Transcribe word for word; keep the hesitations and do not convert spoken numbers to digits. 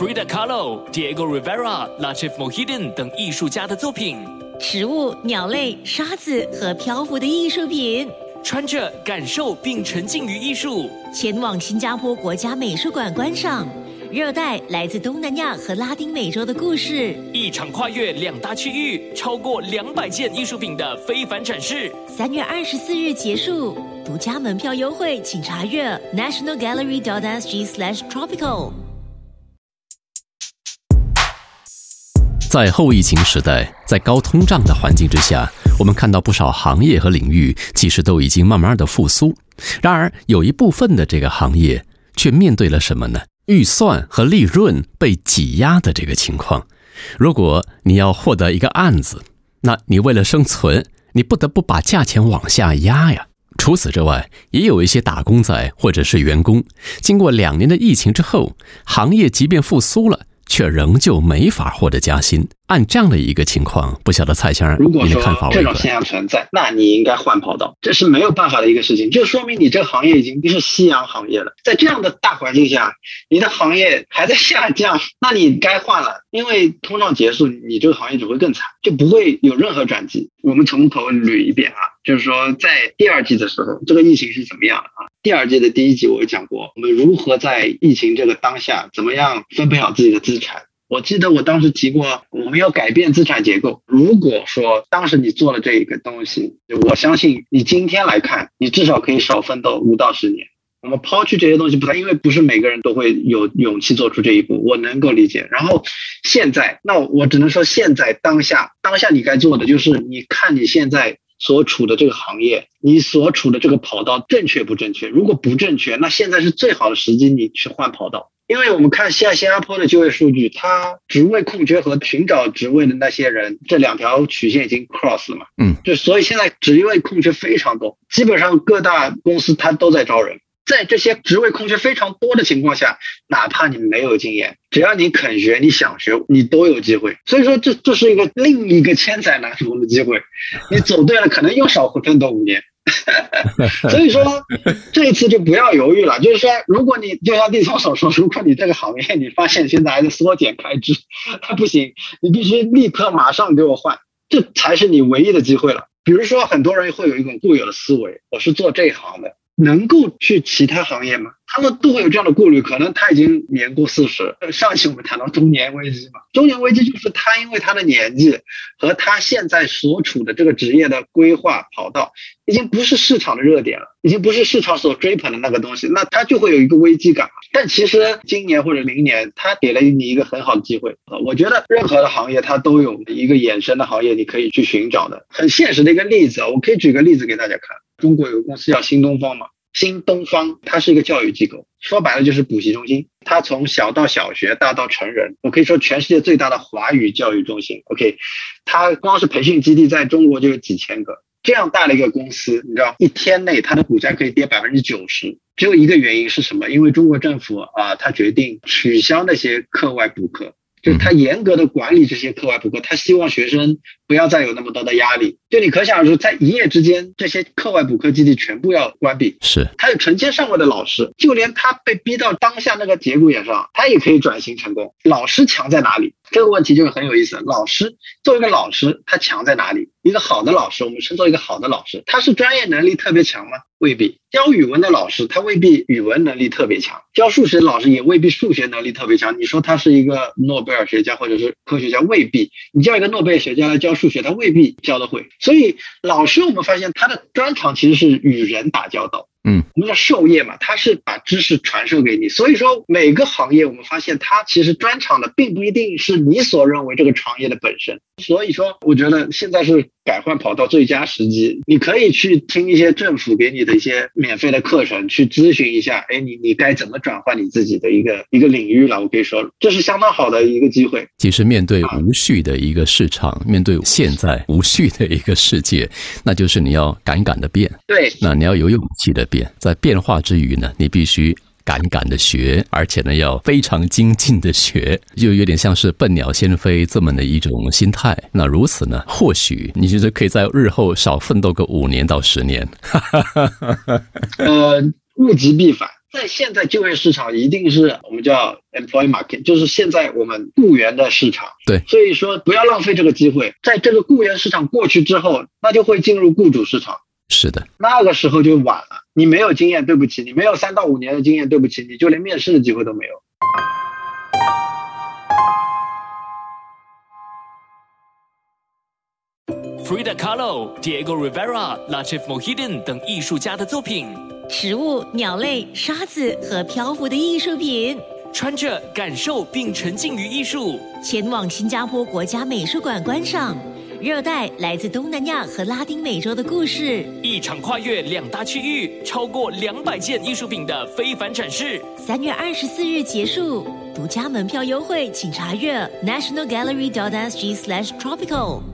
Frida Kahlo、Diego Rivera、Latif Mohidin 等艺术家的作品， 食物、鸟类、沙子和漂浮的艺术品。 穿着感受并沉浸于艺术， 前往新加坡国家美术馆观赏热带来自东南亚和拉丁美洲的故事， 一场跨越两大区域、超过两百件艺术品的非凡展示。 三月二十四日结束，独家门票优惠，请查阅 national gallery dot s g slash tropical。 在后疫情时代，在高通胀的环境之下，我们看到不少行业和领域其实都已经慢慢的复苏。然而，有一部分的这个行业却面对了什么呢？预算和利润被挤压的这个情况。如果你要获得一个案子，那你为了生存，你不得不把价钱往下压呀。除此之外，也有一些打工仔或者是员工，经过两年的疫情之后，行业即便复苏了，却仍旧没法获得加薪。按这样的一个情况，不晓得蔡先生你的看法为何？ 如果说这种现象存在，那你应该换跑道，这是没有办法的一个事情，就说明你这个行业已经不是夕阳行业了。在这样的大环境下，你的行业还在下降，那你该换了，因为通胀结束，你这个行业只会更惨，就不会有任何转机。我们从头捋一遍啊，就是说在第二季的时候，这个疫情是怎么样的啊？第二季的第一集我讲过，我们如何在疫情这个当下，怎么样分配好自己的资产。我记得我当时提过，我们要改变资产结构。如果说当时你做了这个东西，我相信你今天来看，你至少可以少奋斗五到十年。我们抛去这些东西不谈，因为不是每个人都会有勇气做出这一步，我能够理解。然后现在，那我只能说现在当下，当下你该做的就是你看你现在所处的这个行业，你所处的这个跑道正确不正确？如果不正确，那现在是最好的时机你去换跑道。因为我们看现在新加坡的就业数据，它职位空缺和寻找职位的那些人，这两条曲线已经 cross 了嘛， 嗯， 就所以现在职位空缺非常多，基本上各大公司它都在招人。在这些职位空缺非常多的情况下，哪怕你没有经验，只要你肯学，你想学，你都有机会。所以说这这是一个另一个千载难逢的机会，你走对了，可能又少会奋斗五年。所以说这一次就不要犹豫了，就是说如果你就像地聪所说，如果你这个行业你发现现在还在缩减开支，那不行，你必须立刻马上给我换，这才是你唯一的机会了。比如说很多人会有一种固有的思维，我是做这一行的，能够去其他行业吗？他们都会有这样的顾虑，可能他已经年过四十。上期我们谈到中年危机嘛，中年危机就是他因为他的年纪和他现在所处的这个职业的规划跑道，已经不是市场的热点了，已经不是市场所追捧的那个东西，那他就会有一个危机感。但其实今年或者明年，他给了你一个很好的机会。我觉得任何的行业它都有一个衍生的行业你可以去寻找的。很现实的一个例子，我可以举个例子给大家看。中国有个公司叫新东方嘛，新东方它是一个教育机构，说白了就是补习中心。它从小到小学，大到成人，我可以说全世界最大的华语教育中心。OK， 它光是培训基地在中国就有几千个。这样大的一个公司，你知道，一天内它的股价可以跌百分之九十。只有一个原因是什么？因为中国政府啊，它决定取消那些课外补课。就是他严格的管理这些课外补课，他希望学生不要再有那么多的压力。就你可想而知，在一夜之间，这些课外补课基地全部要关闭。 是， 他有成千上万的老师，就连他被逼到当下那个节骨眼上，他也可以转型成功。老师强在哪里？这个问题就是很有意思。老师作为一个老师，他强在哪里？一个好的老师，我们称作一个好的老师，他是专业能力特别强吗？未必。教语文的老师，他未必语文能力特别强；教数学的老师也未必数学能力特别强。你说他是一个诺贝尔学家或者是科学家，未必。你叫一个诺贝尔学家来教数学，他未必教得会。所以老师我们发现他的专长其实是与人打交道。 嗯， 我们叫授业嘛，他是把知识传授给你。所以说每个行业我们发现他其实专长的并不一定是你所认为这个行业的本身。所以说我觉得现在是改换跑道最佳时机，你可以去听一些政府给你的一些免费的课程，去咨询一下，哎，你你该怎么转换你自己的一个一个领域了。我可以说这是相当好的一个机会。 其实面对无序的一个市场，啊、面对现在无序的一个世界，那就是你要敢敢的变。 对， 那你要有勇气的变，在变化之余呢，你必须敢敢的学，而且呢要非常精进的学，就有点像是笨鸟先飞这么的一种心态。那如此呢，或许你就是可以在日后少奋斗个五年到十年。 呃，物极必反， 在现在就业市场一定是我们叫 employee market， 就是现在我们雇员的市场。 对， 所以说不要浪费这个机会，在这个雇员市场过去之后，那就会进入雇主市场。 是的， 那个时候就晚了。你没有经验，对不起，你没有三到五年的经验，对不起，你就连面试的机会都没有。 Frida Kahlo、Diego Rivera、Latif Mohidin 等艺术家的作品， 食物、鸟类、沙子和漂浮的艺术品， 穿着感受并沉浸于艺术。 前往新加坡国家美术馆观赏热带来自东南亚和拉丁美洲的故事， 一场跨越两大区域、超过两百件艺术品的非凡展示。 三月二十四日结束，独家门票优惠，请查阅 national gallery dot s g slash tropical。